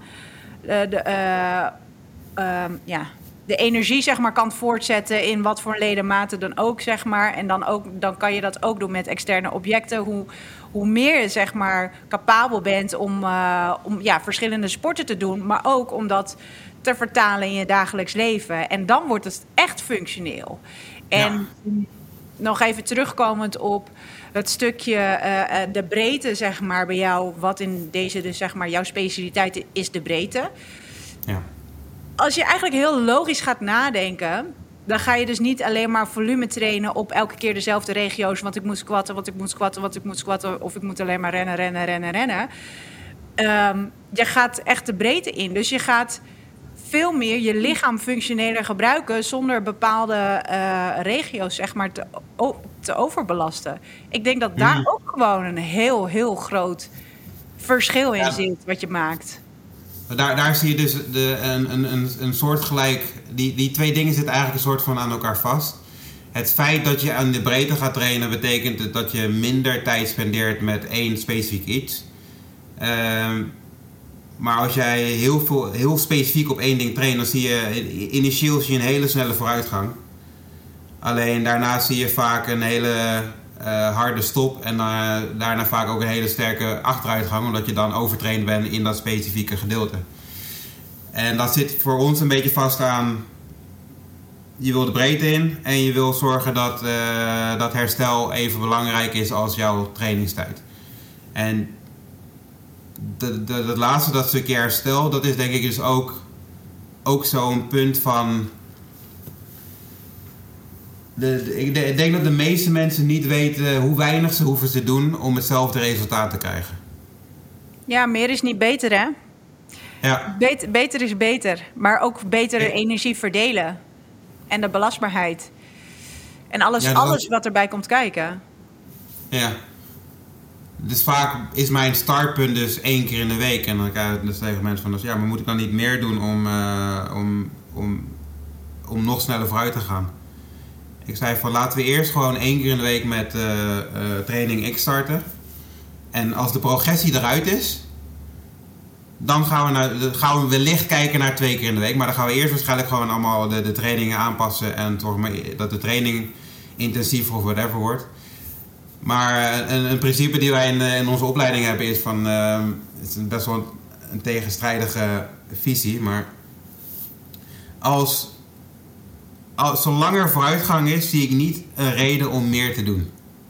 de energie, zeg maar, kan voortzetten in wat voor ledematen dan ook, zeg maar. En dan kan je dat ook doen met externe objecten. Hoe meer je, zeg maar, capabel bent om verschillende sporten te doen, maar ook om dat te vertalen in je dagelijks leven. En dan wordt het echt functioneel. En nog even terugkomend op het stukje de breedte, zeg maar, bij jou, wat in deze dus, zeg maar, jouw specialiteit is, de breedte. Ja. Als je eigenlijk heel logisch gaat nadenken, dan ga je dus niet alleen maar volume trainen op elke keer dezelfde regio's, want ik moet squatten, of ik moet alleen maar rennen. Je gaat echt de breedte in. Dus je gaat veel meer je lichaam functioneler gebruiken zonder bepaalde regio's, zeg maar, te overbelasten. Ik denk dat daar ook gewoon een heel, heel groot verschil in zit wat je maakt. Daar zie je dus een soortgelijk. Die twee dingen zitten eigenlijk een soort van aan elkaar vast. Het feit dat je aan de breedte gaat trainen betekent dat je minder tijd spendeert met één specifiek iets. Maar als jij heel specifiek op één ding traint, dan zie je initieel een hele snelle vooruitgang. Alleen daarna zie je vaak een hele harde stop en daarna vaak ook een hele sterke achteruitgang, omdat je dan overtraind bent in dat specifieke gedeelte. En dat zit voor ons een beetje vast aan, je wil de breedte in en je wil zorgen dat herstel even belangrijk is als jouw trainingstijd. En dat laatste, dat stukje herstel, dat is denk ik dus ook zo'n punt van Ik denk dat de meeste mensen niet weten hoe weinig ze hoeven te doen om hetzelfde resultaat te krijgen. Ja, meer is niet beter, hè? Ja. Beter is beter. Maar ook betere energie verdelen. En de belastbaarheid. En alles wat erbij komt kijken. Ja. Dus vaak is mijn startpunt dus 1 keer in de week. En dan krijg ik dus tegen mensen van... maar moet ik dan niet meer doen om nog sneller vooruit te gaan? Ik zei van laten we eerst gewoon 1 keer in de week met training X starten. En als de progressie eruit is... dan gaan we wellicht kijken naar 2 keer in de week. Maar dan gaan we eerst waarschijnlijk gewoon allemaal de trainingen aanpassen. En toch maar dat de training intensiever of whatever wordt. Maar een principe die wij in onze opleiding hebben is van... het is best wel een tegenstrijdige visie. Maar zolang er vooruitgang is, zie ik niet een reden om meer te doen.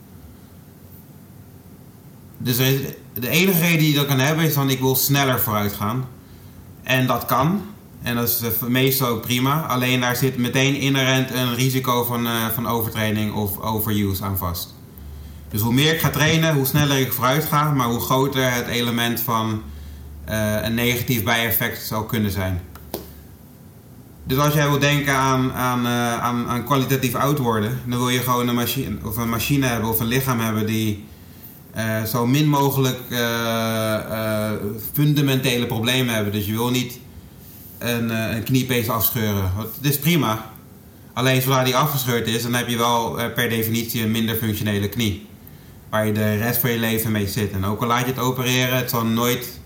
Dus de enige reden die je dat kan hebben is van ik wil sneller vooruit gaan. En dat kan. En dat is meestal ook prima. Alleen daar zit meteen inherent een risico van overtraining of overuse aan vast. Dus hoe meer ik ga trainen, hoe sneller ik vooruit ga. Maar hoe groter het element van een negatief bijeffect zou kunnen zijn. Dus als jij wil denken aan kwalitatief oud worden, dan wil je gewoon een machine hebben of een lichaam hebben die zo min mogelijk fundamentele problemen hebben. Dus je wil niet een kniepees afscheuren. Het is prima. Alleen zodra die afgescheurd is, dan heb je wel per definitie een minder functionele knie. Waar je de rest van je leven mee zit. En ook al laat je het opereren, het zal nooit...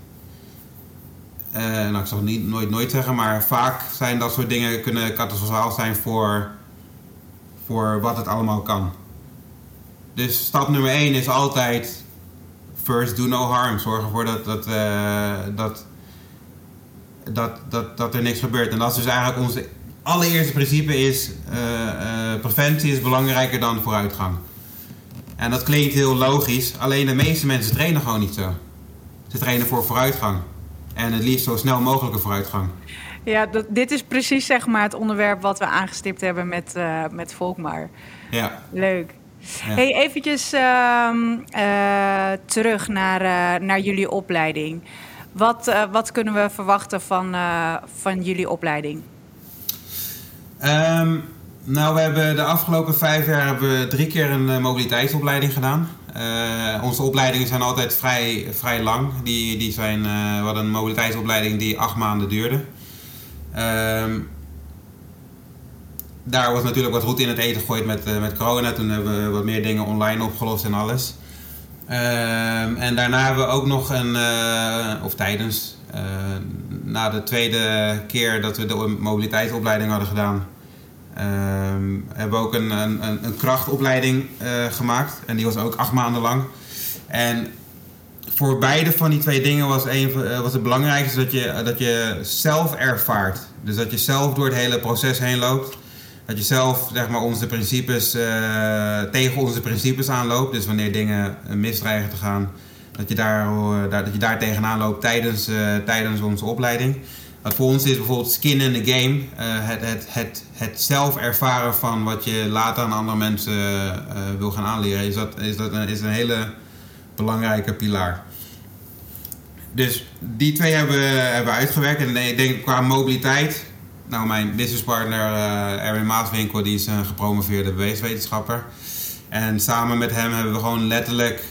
ik zal niet nooit zeggen, maar vaak zijn dat soort dingen kunnen catastrofaal zijn voor wat het allemaal kan. Dus stap nummer 1 is altijd first do no harm. Zorg ervoor dat er niks gebeurt. En dat is dus eigenlijk ons allereerste principe is preventie is belangrijker dan vooruitgang. En dat klinkt heel logisch, alleen de meeste mensen trainen gewoon niet zo. Ze trainen voor vooruitgang. En het liefst zo snel mogelijke vooruitgang. Ja, dit is precies zeg maar het onderwerp wat we aangestipt hebben met Volkmar. Ja. Leuk. Ja. Hey, eventjes terug naar jullie opleiding. Wat kunnen we verwachten van jullie opleiding? We hebben de afgelopen 5 jaar 3 keer een mobiliteitsopleiding gedaan. Onze opleidingen zijn altijd vrij lang. We hadden een mobiliteitsopleiding die 8 maanden duurde. Daar was natuurlijk wat roet in het eten gegooid met corona. Toen hebben we wat meer dingen online opgelost en alles. En daarna hebben we ook nog na de tweede keer dat we de mobiliteitsopleiding hadden gedaan... hebben we ook een krachtopleiding gemaakt. En die was ook 8 maanden lang. En voor beide van die 2 dingen was het belangrijkste dat je zelf ervaart. Dus dat je zelf door het hele proces heen loopt. Dat je zelf zeg maar, tegen onze principes aanloopt. Dus wanneer dingen misdreigen te gaan, dat je daar tegenaan loopt tijdens onze opleiding. Wat voor ons is bijvoorbeeld skin in the game. Het zelf ervaren van wat je later aan andere mensen wil gaan aanleren. Is een hele belangrijke pilaar. Dus die 2 hebben we uitgewerkt. En ik denk qua mobiliteit... Nou, mijn businesspartner Erwin Maaswinkel, die is een gepromoveerde beweegwetenschapper. En samen met hem hebben we gewoon letterlijk...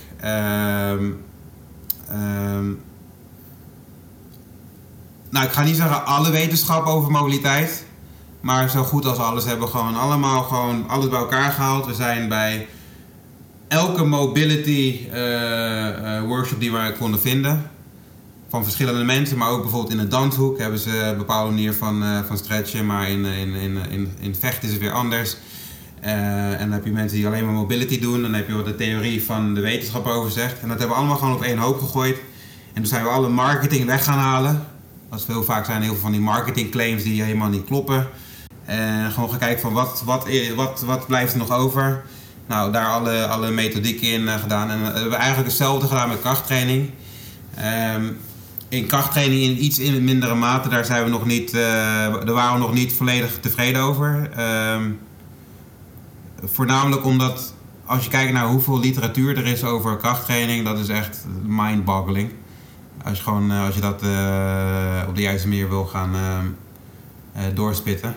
ik ga niet zeggen alle wetenschap over mobiliteit. Maar zo goed als alles hebben we gewoon allemaal alles bij elkaar gehaald. We zijn bij elke mobility workshop die we konden vinden. Van verschillende mensen, maar ook bijvoorbeeld in de danshoek hebben ze een bepaalde manier van stretchen. Maar in vechten is het weer anders. En dan heb je mensen die alleen maar mobility doen. Dan heb je wat de theorie van de wetenschap over zegt. En dat hebben we allemaal gewoon op één hoop gegooid. En toen zijn we alle marketing weg gaan halen. Dat is heel vaak zijn heel veel van die marketingclaims die helemaal niet kloppen. En gewoon gaan kijken van wat blijft er nog over. Nou, daar alle methodieken in gedaan. En we hebben eigenlijk hetzelfde gedaan met krachttraining. In krachttraining in iets in mindere mate, daar zijn we nog niet, daar waren we nog niet volledig tevreden over. Voornamelijk omdat als je kijkt naar hoeveel literatuur er is over krachttraining, dat is echt mind-boggling. Als je dat op de juiste manier wil gaan doorspitten.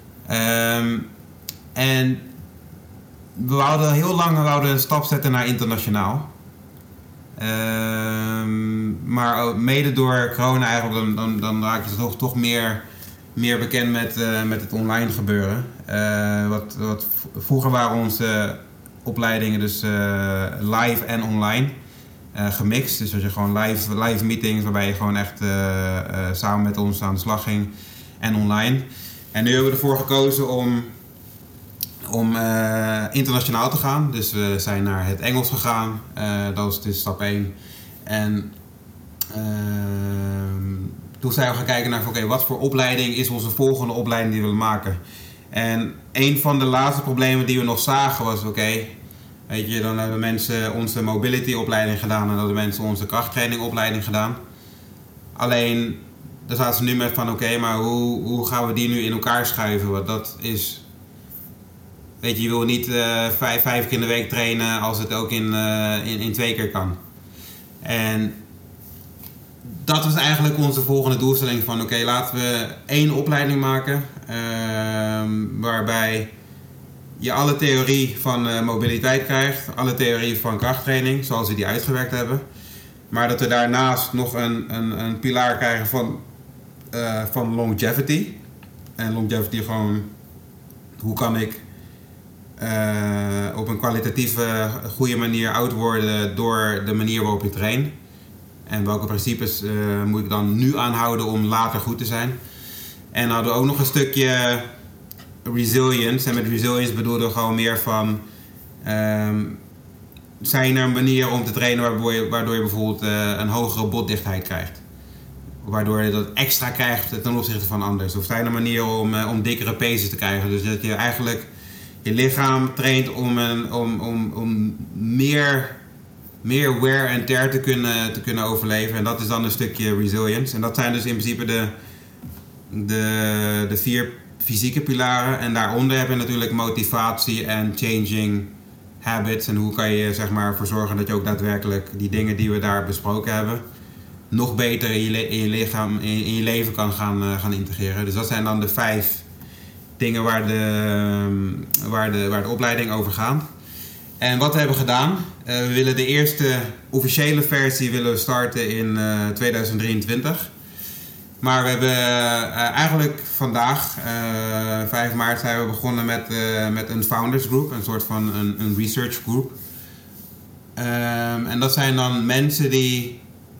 En we wouden heel lang een stap zetten naar internationaal. Maar mede door corona eigenlijk, dan raak je toch meer bekend met het online gebeuren. Vroeger waren onze opleidingen dus live en online gemixt. Dus als je gewoon live meetings waarbij je gewoon echt samen met ons aan de slag ging en online. En nu hebben we ervoor gekozen om internationaal te gaan. Dus we zijn naar het Engels gegaan. Dat was dus stap 1. En toen zijn we gaan kijken naar wat voor opleiding is onze volgende opleiding die we willen maken. En een van de laatste problemen die we nog zagen was weet je, dan hebben mensen onze mobility opleiding gedaan en dan hebben mensen onze krachttraining opleiding gedaan. Alleen daar zaten ze nu met van maar hoe gaan we die nu in elkaar schuiven? Want dat is, weet je wil niet 5 keer in de week trainen als het ook in 2 keer kan. En dat was eigenlijk onze volgende doelstelling van laten we 1 opleiding maken waarbij je alle theorie van mobiliteit krijgt, alle theorie van krachttraining zoals we die uitgewerkt hebben. Maar dat we daarnaast nog een pilaar krijgen van longevity. En longevity gewoon, hoe kan ik op een kwalitatieve goede manier oud worden door de manier waarop ik train. En welke principes moet ik dan nu aanhouden om later goed te zijn. En dan hadden we ook nog een stukje resilience. En met resilience bedoelden we gewoon meer van zijn er manieren om te trainen waardoor je bijvoorbeeld een hogere botdichtheid krijgt. Waardoor je dat extra krijgt ten opzichte van anders. Of zijn er manieren om dikkere pezen te krijgen. Dus dat je eigenlijk je lichaam traint om meer wear en tear te kunnen overleven. En dat is dan een stukje resilience. En dat zijn dus in principe de 4 fysieke pilaren. En daaronder heb je natuurlijk motivatie en changing habits. En hoe kan je ervoor zorgen dat je ook daadwerkelijk die dingen die we daar besproken hebben nog beter in je lichaam, in je leven kan gaan integreren. Dus dat zijn dan de 5 dingen waar de opleiding over gaat. En wat we hebben gedaan, we willen de eerste officiële versie starten in 2023. Maar we hebben eigenlijk vandaag, 5 maart, zijn we begonnen met een founders group, een soort van een research group. En dat zijn dan mensen die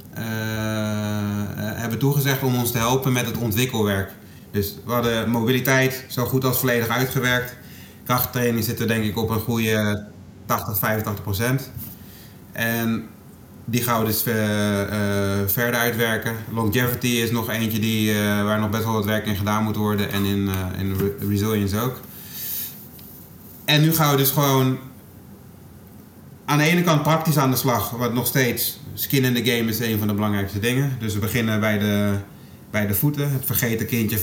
hebben toegezegd om ons te helpen met het ontwikkelwerk. Dus we hadden mobiliteit zo goed als volledig uitgewerkt. Krachttraining zitten denk ik op een goede 80-85%. En die gaan we dus verder uitwerken. Longevity is nog eentje waar nog best wel wat werk in gedaan moet worden. En in resilience ook. En nu gaan we dus gewoon aan de ene kant praktisch aan de slag. Wat nog steeds skin in the game is een van de belangrijkste dingen. Dus we beginnen bij de voeten. Het vergeten kindje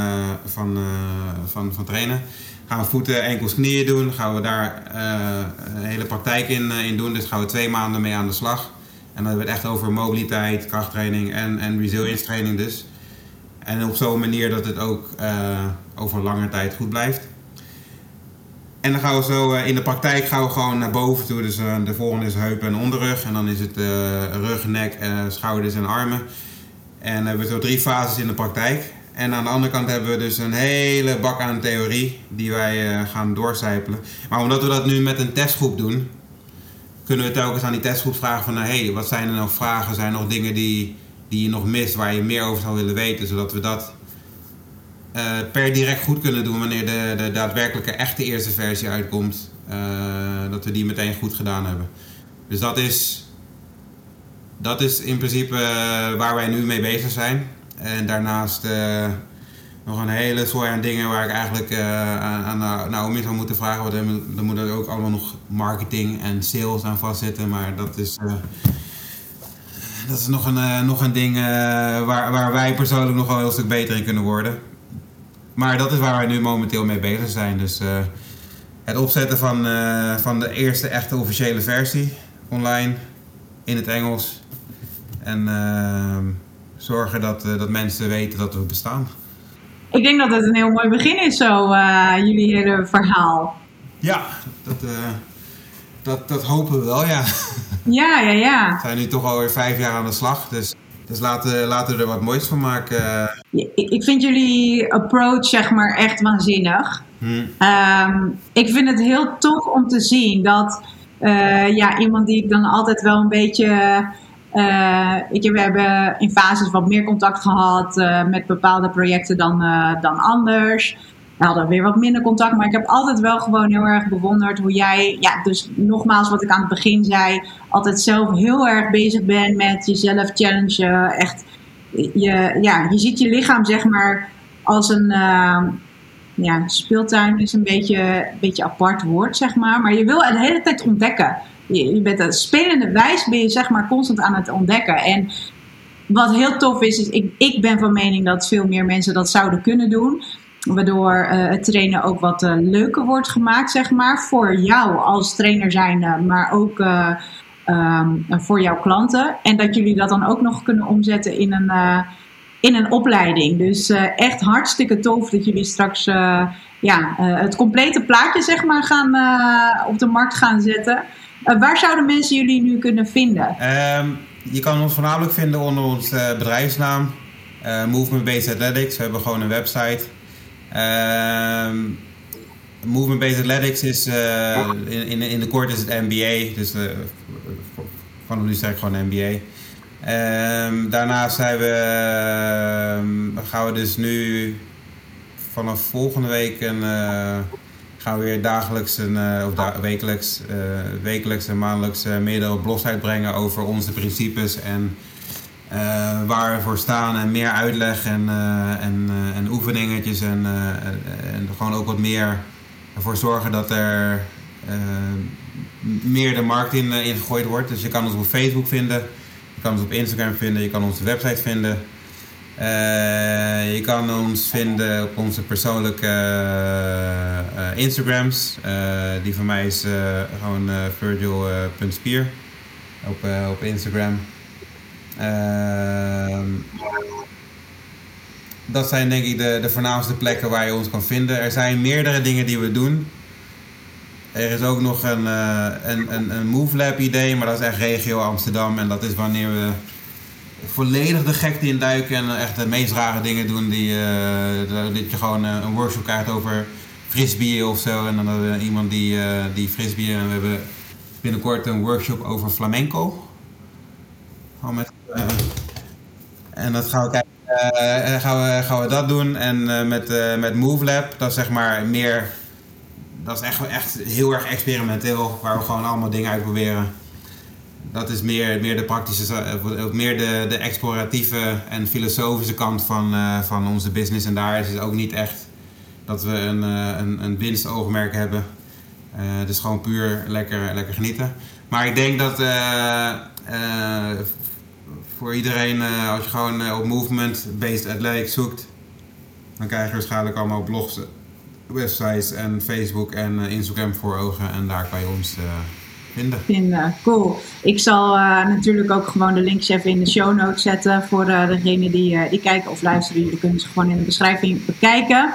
van trainen. Gaan we voeten, enkels, knieën doen. Gaan we daar een hele praktijk in doen. Dus gaan we 2 maanden mee aan de slag. En dan hebben we het echt over mobiliteit, krachttraining en resilience training dus. En op zo'n manier dat het ook over lange tijd goed blijft. En dan gaan we zo in de praktijk gewoon naar boven toe. Dus de volgende is heupen en onderrug. En dan is het rug, nek, schouders en armen. En dan hebben we zo 3 fases in de praktijk. En aan de andere kant hebben we dus een hele bak aan theorie die wij gaan doorcijpelen. Maar omdat we dat nu met een testgroep doen, kunnen we telkens aan die testgroep vragen van wat zijn er nog vragen, zijn er nog dingen die je nog mist, waar je meer over zou willen weten, zodat we dat per direct goed kunnen doen wanneer de daadwerkelijke echte eerste versie uitkomt, dat we die meteen goed gedaan hebben. Dus dat is in principe waar wij nu mee bezig zijn. En daarnaast nog een hele zooi aan dingen waar ik eigenlijk aan Naomi zou moeten vragen. Want dan moet er ook allemaal nog marketing en sales aan vastzitten. Maar dat is nog een ding waar wij persoonlijk nog wel een heel stuk beter in kunnen worden. Maar dat is waar wij nu momenteel mee bezig zijn. Dus het opzetten van de eerste echte officiële versie online in het Engels. En zorgen dat mensen weten dat we bestaan. Ik denk dat het een heel mooi begin is zo, jullie hele verhaal. Ja, dat hopen we wel, ja. Ja. We zijn nu toch alweer 5 jaar aan de slag, dus laten we er wat moois van maken. Ik vind jullie approach zeg maar echt waanzinnig. Ik vind het heel tof om te zien dat iemand die ik dan altijd wel een beetje... we hebben in fases wat meer contact gehad met bepaalde projecten dan anders. We hadden weer wat minder contact, maar ik heb altijd wel gewoon heel erg bewonderd hoe jij, dus nogmaals wat ik aan het begin zei, altijd zelf heel erg bezig bent met jezelf challengen. Echt, je ziet je lichaam zeg maar als een, speeltuin is een beetje apart woord zeg maar je wil de hele tijd ontdekken. Je bent een spelende wijs, ben je zeg maar constant aan het ontdekken. En wat heel tof is ik ben van mening dat veel meer mensen dat zouden kunnen doen. Waardoor het trainen ook wat leuker wordt gemaakt, zeg maar. Voor jou als trainer zijnde, maar ook voor jouw klanten. En dat jullie dat dan ook nog kunnen omzetten in een opleiding. Dus echt hartstikke tof dat jullie straks het complete plaatje, zeg maar, op de markt gaan zetten. Waar zouden mensen jullie nu kunnen vinden? Je kan ons voornamelijk vinden onder ons bedrijfsnaam. Movement Based Athletics. We hebben gewoon een website. Movement Based Athletics is in de kort is het MBA. Dus van nu zeg ik gewoon MBA. Daarnaast gaan we dus nu vanaf volgende week gaan we weer dagelijks wekelijks en maandelijks meerdere blogs uitbrengen over onze principes en waar we voor staan en meer uitleg en oefeningetjes en gewoon ook wat meer ervoor zorgen dat er meer de markt in gegooid wordt. Dus je kan ons op Facebook vinden, je kan ons op Instagram vinden, je kan onze website vinden. Je kan ons vinden op onze persoonlijke Instagrams. Die van mij is gewoon Virgil.Spier op Instagram. Dat zijn denk ik de voornaamste plekken waar je ons kan vinden. Er zijn meerdere dingen die we doen. Er is ook nog een Move Lab idee, maar dat is echt regio Amsterdam. En dat is wanneer we volledig de gekte in duiken en echt de meest rare dingen doen. Dat je gewoon een workshop krijgt over frisbeeën of zo. En dan hebben we iemand die frisbeeën. En we hebben binnenkort een workshop over flamenco. En dat gaan we kijken. Gaan we dat doen. En met Move Lab, dat is zeg maar meer. Dat is echt heel erg experimenteel, waar we gewoon allemaal dingen uitproberen. Dat is meer de praktische, meer de exploratieve en filosofische kant van onze business. En daar is het ook niet echt dat we een winstoogmerk hebben. Dus gewoon puur lekker genieten. Maar ik denk dat voor iedereen, als je gewoon op movement-based athletics zoekt, dan krijg je waarschijnlijk allemaal blogs, websites en Facebook en Instagram voor ogen. En daar kan je ons vinden. Cool. Ik zal natuurlijk ook gewoon de links even in de show notes zetten voor degenen die kijken of luisteren. Jullie kunnen ze gewoon in de beschrijving bekijken.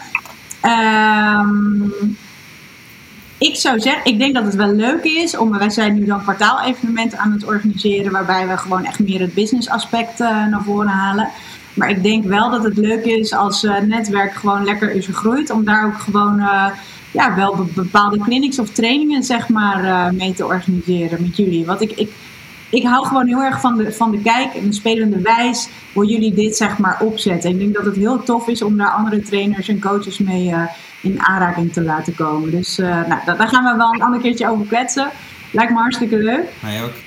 Ik zou zeggen, ik denk dat het wel leuk is wij zijn nu dan kwartaalevenementen aan het organiseren waarbij we gewoon echt meer het business aspect naar voren halen. Maar ik denk wel dat het leuk is als netwerk gewoon lekker is gegroeid om daar ook gewoon wel bepaalde clinics of trainingen zeg maar mee te organiseren met jullie. Want ik hou gewoon heel erg van de kijk en de spelende wijs hoe jullie dit zeg maar opzetten. Ik denk dat het heel tof is om daar andere trainers en coaches mee in aanraking te laten komen. Dus daar gaan we wel een ander keertje over kletsen. Lijkt me hartstikke leuk. Mij ook.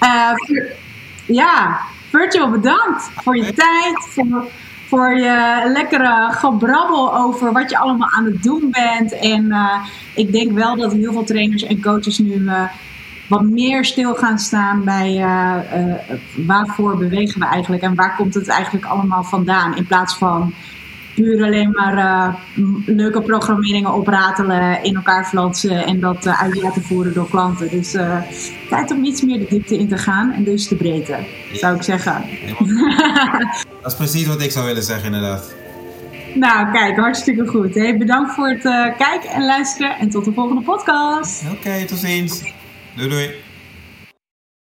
Virgil, bedankt voor je tijd, voor je lekkere gebrabbel over wat je allemaal aan het doen bent. En ik denk wel dat heel veel trainers en coaches nu wat meer stil gaan staan bij waarvoor bewegen we eigenlijk en waar komt het eigenlijk allemaal vandaan. In plaats van puur alleen maar leuke programmeringen opratelen, in elkaar flansen en dat uit laten voeren door klanten. Dus tijd om iets meer de diepte in te gaan en dus de breedte, zou ik zeggen. Dat is precies wat ik zou willen zeggen, inderdaad. Nou, kijk, hartstikke goed. Hey, bedankt voor het kijken en luisteren en tot de volgende podcast. Oké, tot ziens. Doei doei.